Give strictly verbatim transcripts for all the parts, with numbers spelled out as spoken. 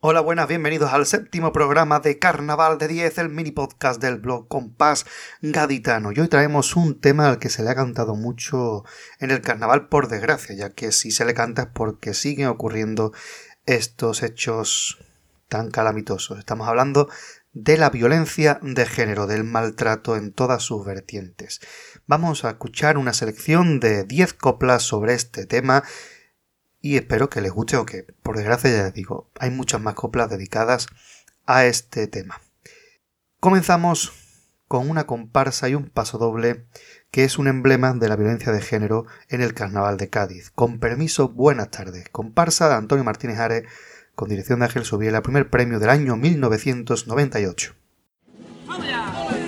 Hola, buenas, bienvenidos al séptimo programa de Carnaval de diez, el mini podcast del blog Compás Gaditano. Y hoy traemos un tema al que se le ha cantado mucho en el carnaval, por desgracia, ya que si se le canta es porque siguen ocurriendo estos hechos tan calamitosos. Estamos hablando de la violencia de género, del maltrato en todas sus vertientes. Vamos a escuchar una selección de diez coplas sobre este tema y espero que les guste, o que, por desgracia, ya les digo, hay muchas más coplas dedicadas a este tema. Comenzamos con una comparsa y un pasodoble que es un emblema de la violencia de género en el Carnaval de Cádiz. Con permiso, buenas tardes. Comparsa de Antonio Martínez Ares, con dirección de Ángel Subiela, primer premio del año mil novecientos noventa y ocho. ¡Vamos ya!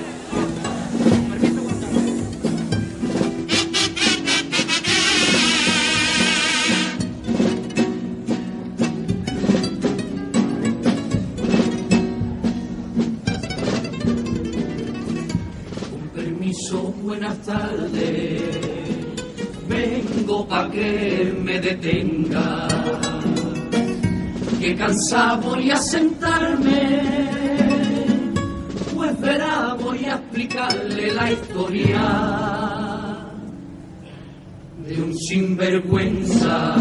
Buenas tardes, vengo pa' que me detenga, que cansado voy a sentarme, pues verá, voy a explicarle la historia de un sinvergüenza.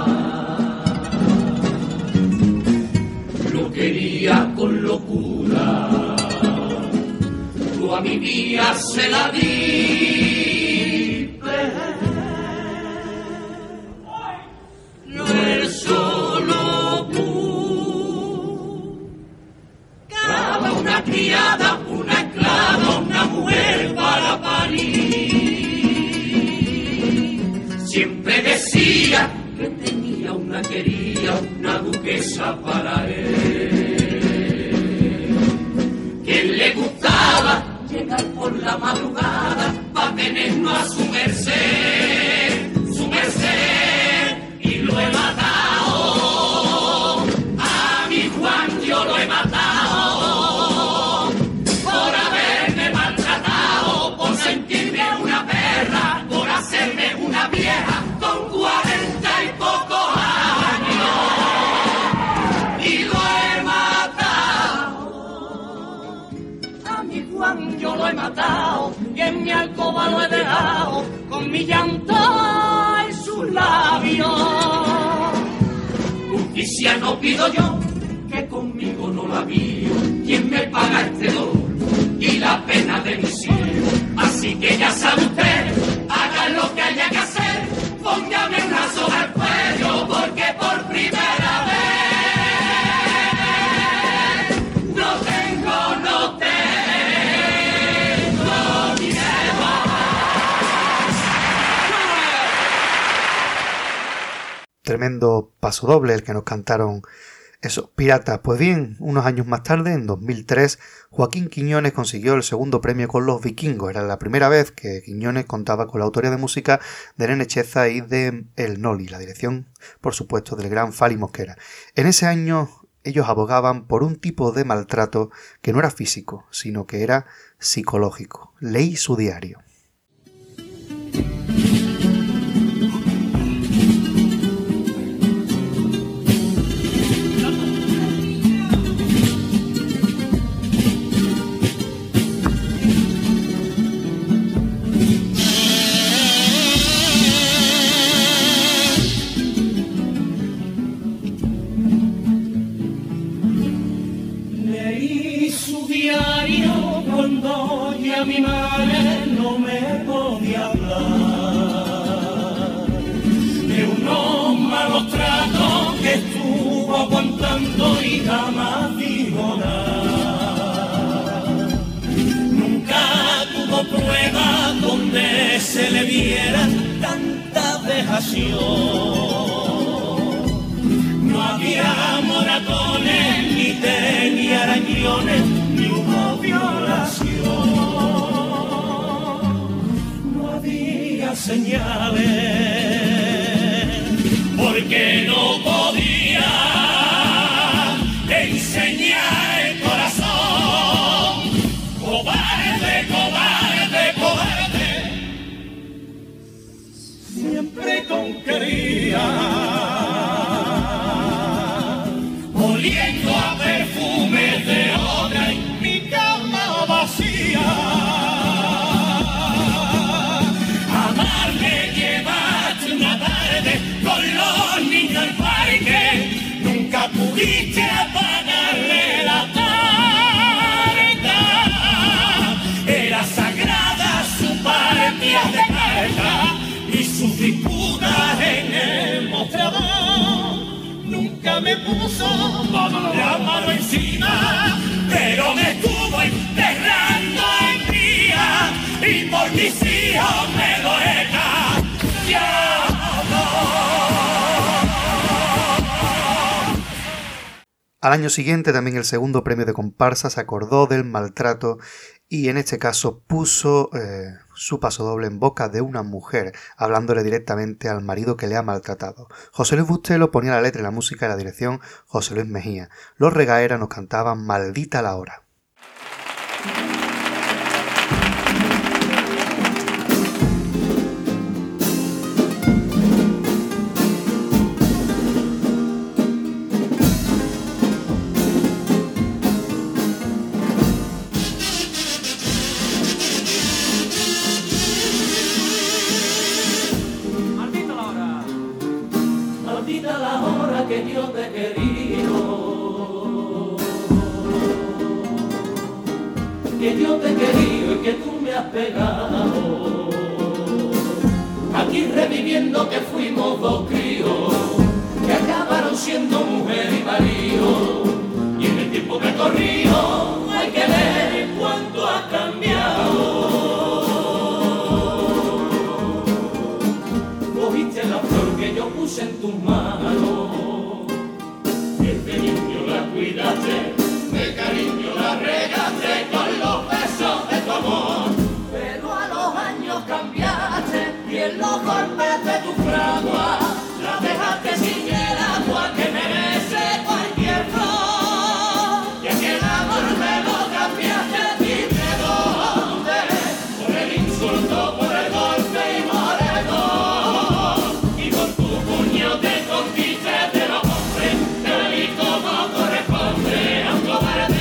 Lo quería con locura, a mi vida se la di, no es solo tú, cada una criada, una esclava, una mujer para parir. Siempre decía que tenía una querida, una duquesa para él, que le gustaba llegar por la madrugada pa' tenernos a su merced, su merced, y lo he matado, a mi Juan yo lo he matado, por haberme maltratado, por sentirme una perra, por hacerme una vieja con cuarenta y pocos años, y lo he matado, a mi Juan yo lo he matado, y en mi alcoba lo he dejado, con mi llanto y sus labios. Justicia no pido yo, que conmigo no la vio, quien me paga este dolor y la pena de mi cielo. Así que ya sabe usted, haga lo que haya que hacer, póngame una soga al cuello, porque por primera vez no tengo, no tengo Tremendo pasodoble el que nos cantaron esos piratas. Pues bien, unos años más tarde, en dos mil tres, Joaquín Quiñones consiguió el segundo premio con Los Vikingos. Era la primera vez que Quiñones contaba con la autoría de música de Nene Cheza y de El Noli, la dirección, por supuesto, del gran Fali Mosquera. En ese año ellos abogaban por un tipo de maltrato que no era físico, sino que era psicológico. Leí su diario. Mi madre no me podía hablar de unos malos tratos que estuvo aguantando y jamás dijo nada. Nunca tuvo pruebas donde se le viera tanta vejación. No había moratones, ni tenía arañones, ni hubo violación. Señales, porque no podía enseñar el corazón. Cobarde, cobarde, cobarde, siempre con quería. Por oliendo a perfumes de otra en mi cama vacía. Amarme llevaste una tarde con los niños al parque, nunca pudiste apagarle la tarta. Era sagrada su partida de carta y sus disputas en el mostrador. Nunca me puso la mano encima, pero me estuvo enterrando en día y por mis hijos me lo he cambiado. Al año siguiente también el segundo premio de comparsa se acordó del maltrato y en este caso puso eh, su pasodoble en boca de una mujer, hablándole directamente al marido que le ha maltratado. José Luis Bustelo ponía la letra y la música y la dirección José Luis Mejía. Los Regaera nos cantaban Maldita la hora. Que yo te he querido y que tú me has pegado, aquí reviviendo que fuimos dos críos, que acabaron siendo mujer y marido, y en el tiempo que corrió hay que ver cuánto ha cambiado. Cogiste la flor que yo puse en tus manos, que de niño la cuidaste, de cariño la regaste con los besos de tu amor, pero a los años cambiaste y en los golpes de tu fragua la dejaste sin el agua que merece cualquier flor, y aquel amor me lo cambiaste, dime dónde, por el insulto, por el golpe y moretón, y con tu puño te conquiste de los hombres, te vi como corresponde a un cobarde.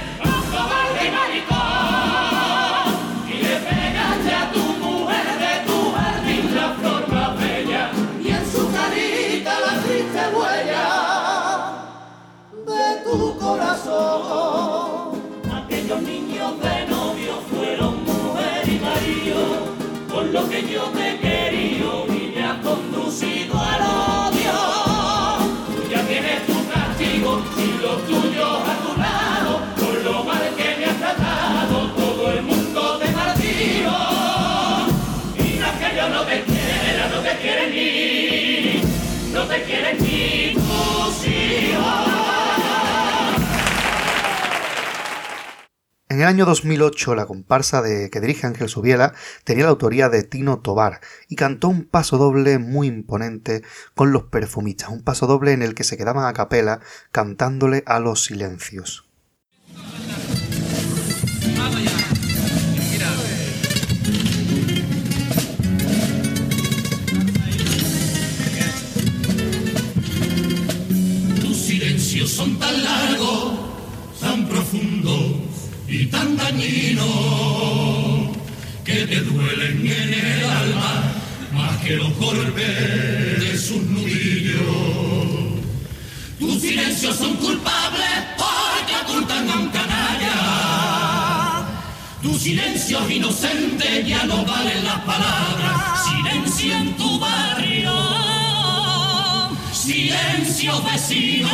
Aquellos niños de novio fueron mujer y marido, con lo que yo te he querido y me has conducido al odio. Tú ya tienes tu castigo y los tuyos a tu lado, por lo mal que me has tratado, todo el mundo te maldijo. Y no es que yo no te quiera, no te quieren ni, no te quieren ni tus hijos. En el año dos mil ocho, la comparsa de que dirige Ángel Subiela tenía la autoría de Tino Tobar y cantó un pasodoble muy imponente con Los Perfumistas, un pasodoble en el que se quedaban a capela cantándole a los silencios. Tus silencios son tan largos, tan profundos y tan dañino que te duelen en el alma más que los golpes de sus nudillos. Tus silencios son culpables porque ocultan a un canalla. Tus silencios inocentes ya no valen las palabras. Silencio en tu barrio, silencio vecino,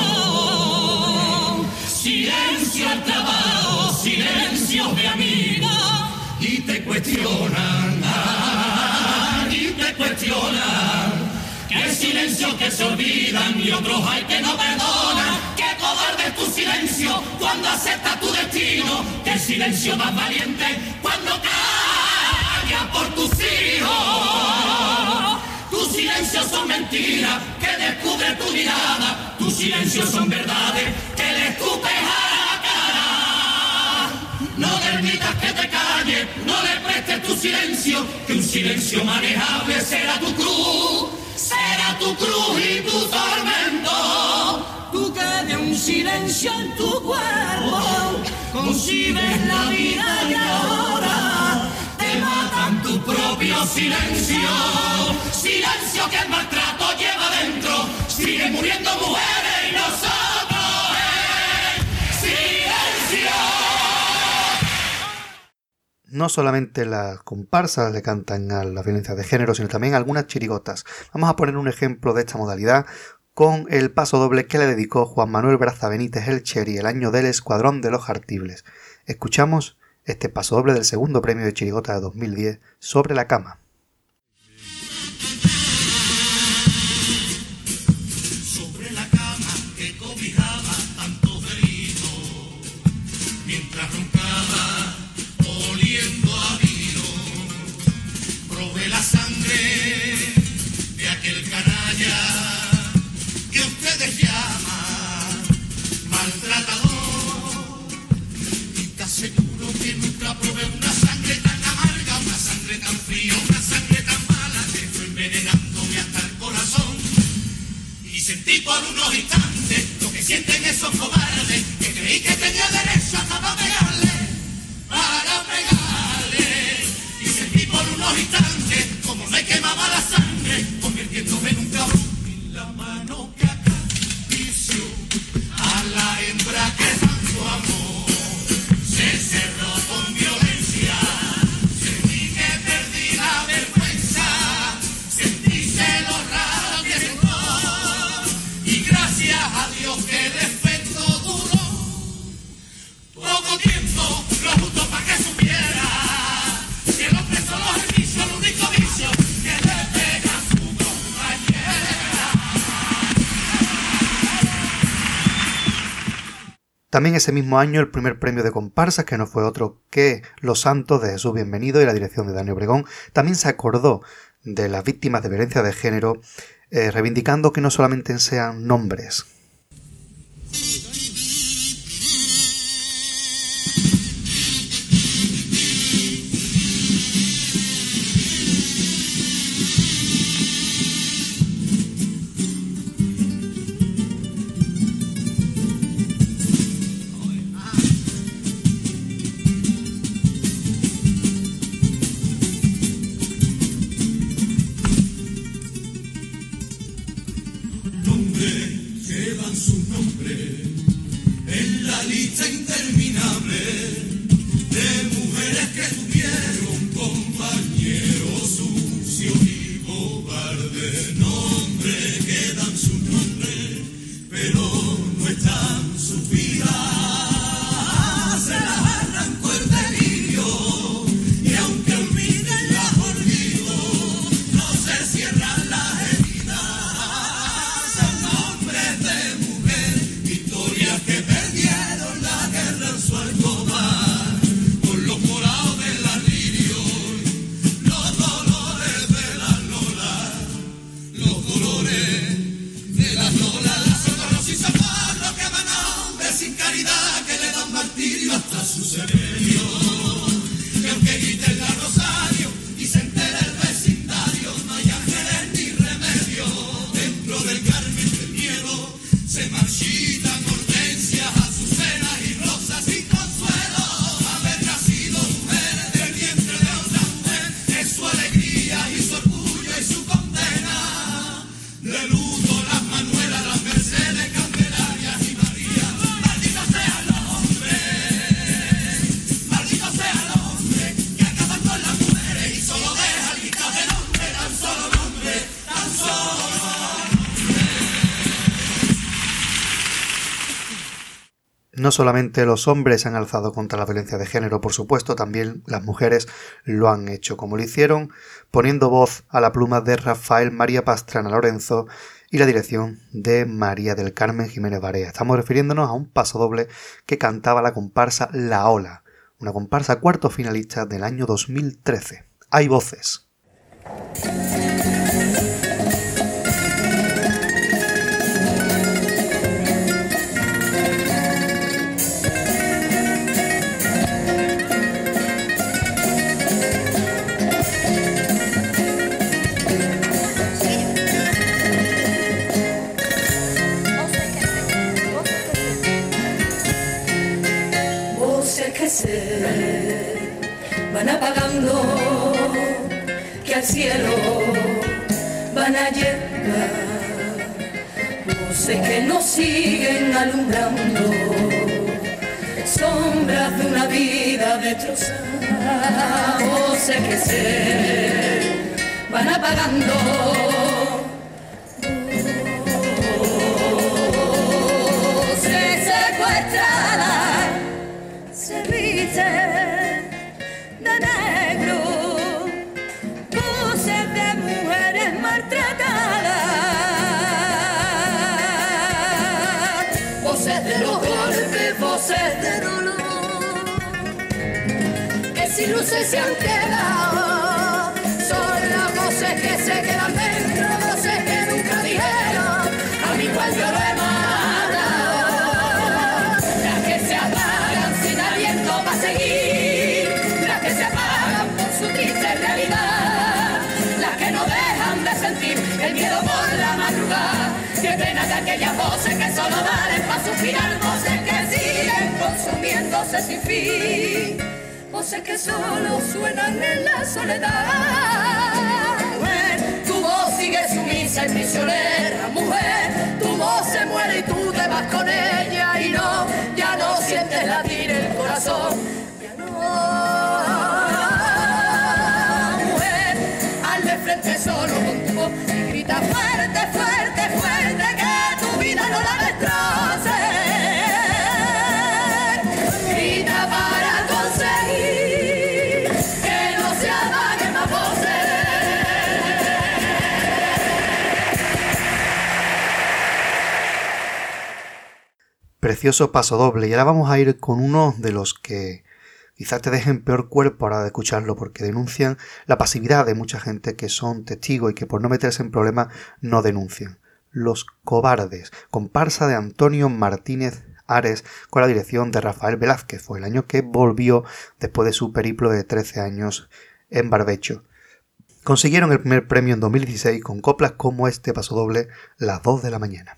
silencio al trabajo, silencio de amigos, y te cuestionan, ah, y te cuestionan, que hay silencios que se olvidan y otros hay que no perdonan, que cobarde es tu silencio cuando aceptas tu destino, que el silencio más valiente cuando calla por tus hijos. Tus silencios son mentiras que descubre tu mirada, tus silencios son verdades que le escupes a la cara. No permitas que te calle, no le prestes tu silencio, que un silencio manejable será tu cruz, será tu cruz y tu tormento. Tú que de un un silencio en tu cuerpo, concibes la vida y ahora te matan tu propio silencio. Silencio que el maltrato lleva dentro, siguen muriendo mujeres y nosotros en silencio. No solamente las comparsas le cantan a la violencia de género, sino también algunas chirigotas. Vamos a poner un ejemplo de esta modalidad con el paso doble que le dedicó Juan Manuel Braza Benítez el Cheri el año del Escuadrón de los Jartibles. Escuchamos este paso doble del segundo premio de chirigota de dos mil diez, Sobre la cama. Sobre la cama que cobijaba tantos delitos, mientras roncaba oliendo a vino, probé la sangre de aquel canalla que ustedes llaman maltratador, y te aseguro que nunca probé una sangre tan amarga, una sangre tan fría, una sangre tan mala, que fue envenenándome hasta el corazón. Y sentí por unos instantes lo que sienten esos cobardes, que creí que tenía derecho hasta para pegarle, para pegarle. Y sentí por unos instantes como me quemaba la sangre, convirtiéndome en un cabrón. Y la mano que acarició a la hembra que tanto amor se cerró con violencia. Sentí que perdí la vergüenza, sentí celos, rabia y rencor, y gracias a Dios que el efecto duró poco tiempo, lo justo para que supiera que los presos los el vicio, el único vicio que le pega a su compañera. También ese mismo año el primer premio de comparsas, que no fue otro que Los Santos de Jesús Bienvenido y la dirección de Dani Obregón, también se acordó de las víctimas de violencia de género, eh, reivindicando que no solamente sean nombres. Llevan su nombre en la lista interminable de mujeres que tuvieron compañeros sucios y cobardes. Nombre que dan su nombre, pero no están sus vidas. Se las arrancó el delirio, y aunque olviden las olvido, no se cierran las heridas. Son nombres de mujer, historias que perdieron la guerra en su alcoba, con los morados del alirio, los dolores de las lolas, los dolores de las lolas, las socorros y socorros que van a hombres sin caridad, que le dan martirio hasta su semerio, que aunque griten la rosario y se entere el vecindario, no hay ángeles ni remedio. Dentro del Carmen del miedo se marchitan hortensias, azucenas y rosas sin consuelo. Haber nacido mujer del vientre de otra mujer es su alegría y su orgullo y su condena. De luto las Manuelas, las Mercedes, Candelarias y María. Maldito sea el hombre, maldito sea el hombre que acaba con las mujeres y solo deja al mitad de nombre, tan solo nombre, tan solo. No solamente los hombres se han alzado contra la violencia de género, por supuesto, también las mujeres lo han hecho, como lo hicieron poniendo voz a la pluma de Rafael María Pastrana Lorenzo y la dirección de María del Carmen Jiménez Barea. Estamos refiriéndonos a un pasodoble que cantaba la comparsa La Ola, una comparsa cuarto finalista del año dos mil trece. Hay voces. No sé qué hacer. que se van apagando, que al cielo van a llegar. Voces que nos siguen alumbrando, sombras de una vida destrozada. Voces que se van apagando, voces secuestradas se visten de negro, voces de mujeres maltratadas, voces de los golpes, voces de dolor, que sin luces se han quedado, son las voces que se quedan dentro, voces que nunca dijeron, a mi cual yo lo he matado, las que se apagan sin aliento para seguir, las que se apagan por su triste realidad, las que no dejan de sentir el miedo por la madrugada. Qué pena de aquellas voces que solo valen para suspirar, voces que siguen consumiéndose sin fin, voces que solo suenan en la soledad. Mujer, tu voz sigue sumisa y prisionera, mujer, tu voz se muere y tú te vas con ella y no, ya no sientes latir el corazón, ya no. Mujer, hazle frente solo con tu voz y grita fuerte, fuerte, fuerte, que tu vida no la destroce. Grita para conseguir que no se apaguen más voces. Precioso pasodoble. Y ahora vamos a ir con uno de los que quizás te dejen peor cuerpo a la hora de escucharlo, porque denuncian la pasividad de mucha gente que son testigos y que por no meterse en problemas no denuncian. Los Cobardes, comparsa de Antonio Martínez Ares con la dirección de Rafael Velázquez. Fue el año que volvió después de su periplo de trece años en barbecho. Consiguieron el primer premio en dos mil dieciséis con coplas como este pasodoble, Las dos de la mañana.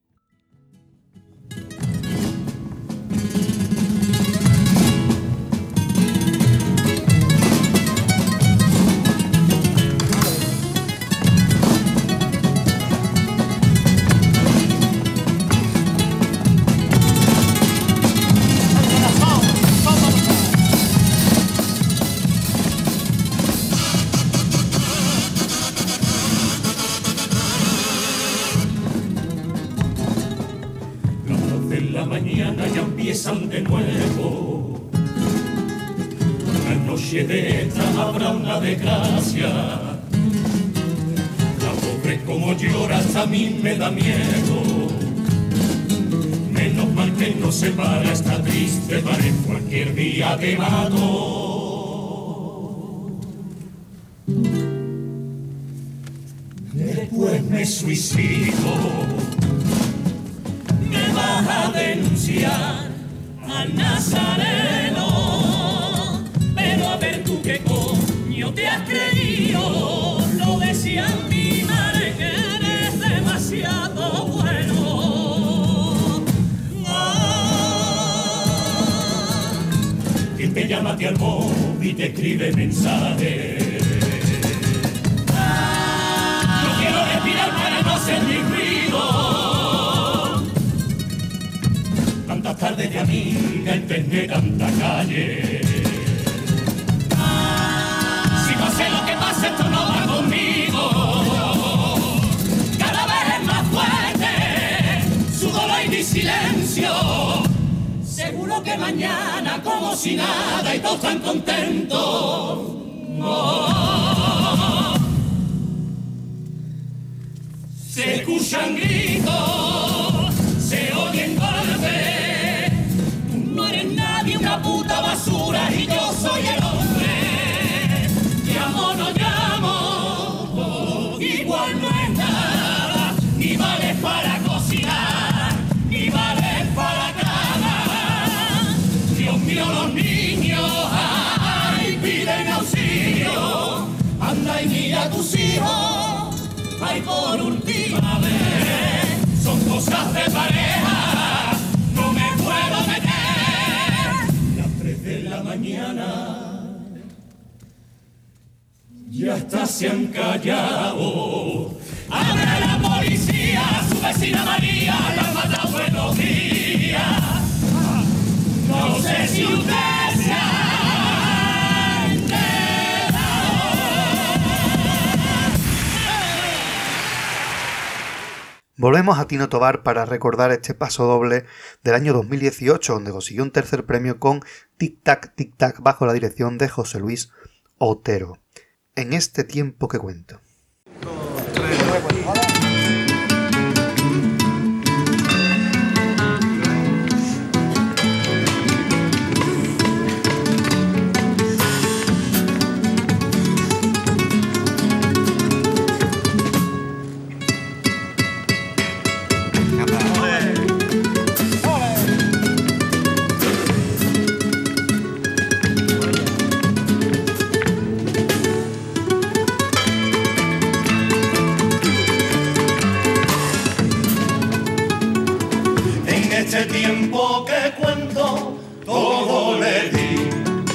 De nuevo, una noche de esta habrá una desgracia. La pobre como llora hasta a mí me da miedo. Menos mal que no se para esta triste pared, cualquier día te mato. Después me suicido, me vas a denunciar al nazareno, pero a ver tú qué coño te has creído, lo decía mi madre que eres demasiado bueno. Ah, quien te llama te al móvil y te escribe mensajes. Ah, no quiero respirar para no ser ni ruido. Tantas tardes de amiga en tener tanta calle. Ah, si pase lo que pase, esto no va conmigo. Cada vez es más fuerte su dolor y mi silencio. Seguro que mañana como si nada y todos tan contentos. Oh, se escuchan gritos, se oyen golpes. Una puta basura y yo soy el hombre. Llamo, no llamo, igual no es nada. Ni vale para cocinar, ni vale para cagar. Dios mío, los niños, ay, piden auxilio. Anda y mira a tus hijos, ay, por última vez. Son cosas se han callado. Abre la policía, su vecina María la ha matado. Buenos días. No sé si usted se ha enterado. Volvemos a Tino Tobar para recordar este paso doble del año dos mil dieciocho, donde consiguió un tercer premio con Tic Tac Tic Tac bajo la dirección de José Luis Otero. En este tiempo que cuento. Este tiempo que cuento, todo le di.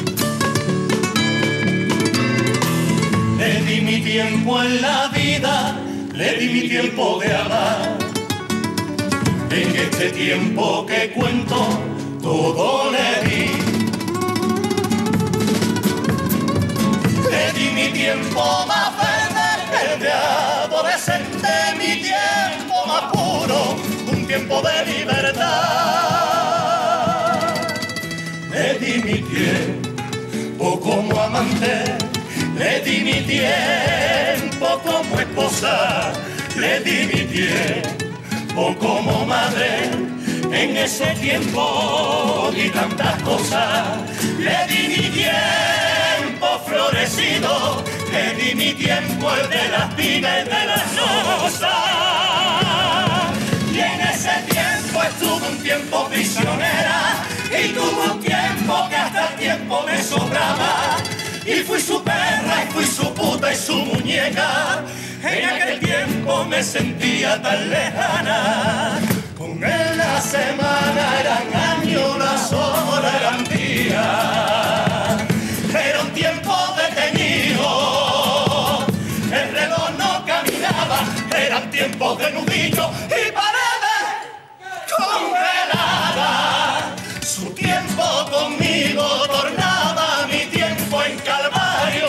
Le di mi tiempo en la vida, le di mi tiempo de amar. En este tiempo que cuento, todo le di. Le di mi tiempo más verde, el de adolescente, mi tiempo más puro, un tiempo de libertad. Le di mi tiempo como amante, le di mi tiempo como esposa, le di mi tiempo como madre. En ese tiempo di tantas cosas, le di mi tiempo florecido, le di mi tiempo el de las pinas y de las rosas. Y en ese tiempo estuve un tiempo prisionera, y tuve un tiempo que hasta el tiempo me sobraba. Y fui su perra, y fui su puta y su muñeca. En aquel tiempo me sentía tan lejana. Con él la semana eran años, las horas eran días. Era un tiempo detenido, el reloj no caminaba, eran tiempos de nudillo y paredes congeladas. Su tiempo conmigo tornaba mi tiempo en calvario.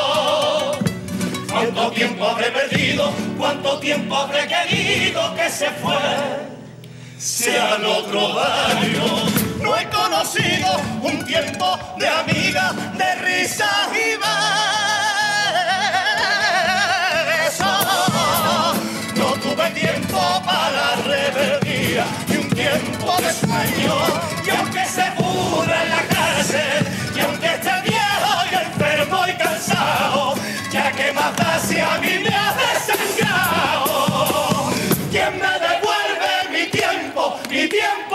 ¿Cuánto tiempo habré perdido? ¿Cuánto tiempo habré querido que se fue? Sea en otro barrio. No he conocido un tiempo de amiga, de risas y besos. No tuve tiempo para la rebeldía y un tiempo de sueño. Y aunque se pudra en la cárcel, y aunque esté viejo y enfermo y cansado, ya que más da si a mí me ha desangrado. ¿Quién me devuelve mi tiempo, mi tiempo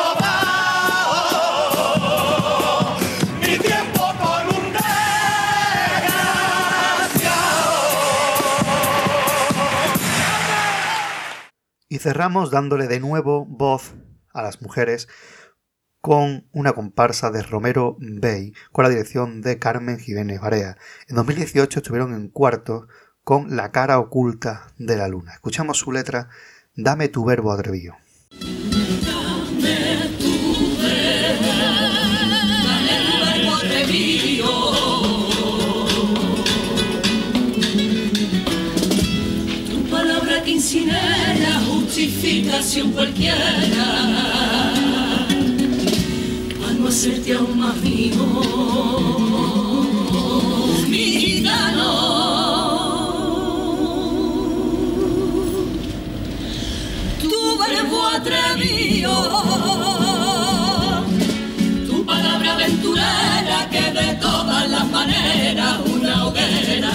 robado? Mi tiempo con un desgraciado. Y cerramos dándole de nuevo voz a las mujeres con una comparsa de Romero Bey con la dirección de Carmen Jiménez Barea. En dos mil dieciocho estuvieron en cuarto con La cara oculta de la luna. Escuchamos su letra, Dame tu verbo atrevido. Dame tu verbo atrevido. Tu palabra que incinera justificación cualquiera, para no hacerte aún más vivo, mi gitano. Verbo atrevido, tu palabra aventurera que de todas las maneras una hoguera.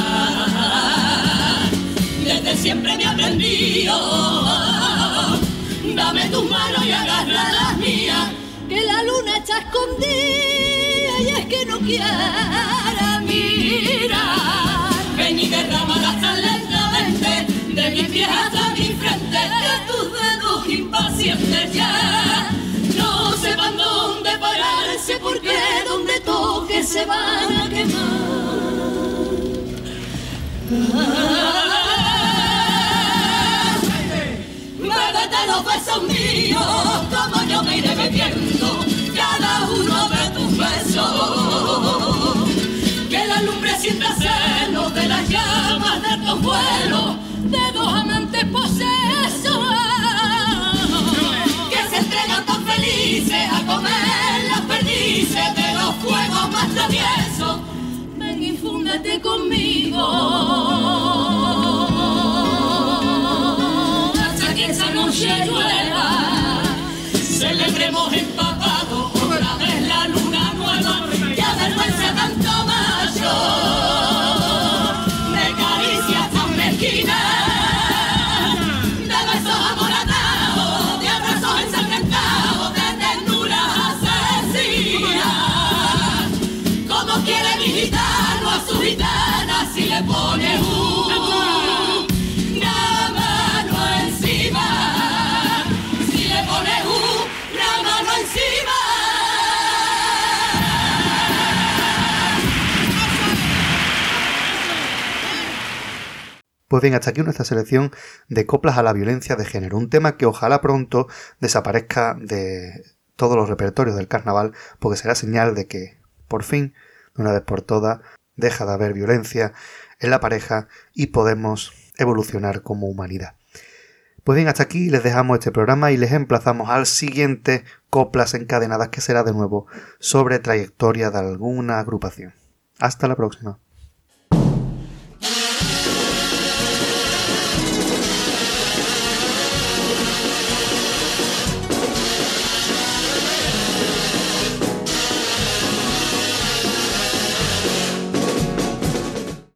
Desde siempre me ha aprendido, dame tus manos y agarra las mías, que la luna está escondida y es que no quiera mirar. Ven y derrámala tan lentamente de mis pies hasta mi frente, que tus dedos impacientes ya no sepan dónde pararse, porque donde toque se van a quemar. Bébete los besos míos, como yo me iré bebiendo cada uno de tus besos. Que la lumbre sienta celos de las llamas de tu vuelo, de dos amantes posesos, que se entregan tan felices a comer las perdices de los fuegos más traviesos. Ven y fúndete conmigo, hasta que esa noche llueva, celebremos empapado otra vez la luna nueva, que avergüenza tanto macho de caricias tan mezquinas, de besos amoratados, de abrazos ensangrentados, de ternuras asesinas. Como quiere mi gitano a su gitana si le pone una mano encima, si le pone una mano encima. Pues bien, hasta aquí nuestra selección de coplas a la violencia de género, un tema que ojalá pronto desaparezca de todos los repertorios del carnaval, porque será señal de que, por fin, de una vez por todas, deja de haber violencia en la pareja y podemos evolucionar como humanidad. Pues bien, hasta aquí les dejamos este programa y les emplazamos al siguiente Coplas Encadenadas, que será de nuevo sobre trayectoria de alguna agrupación. Hasta la próxima.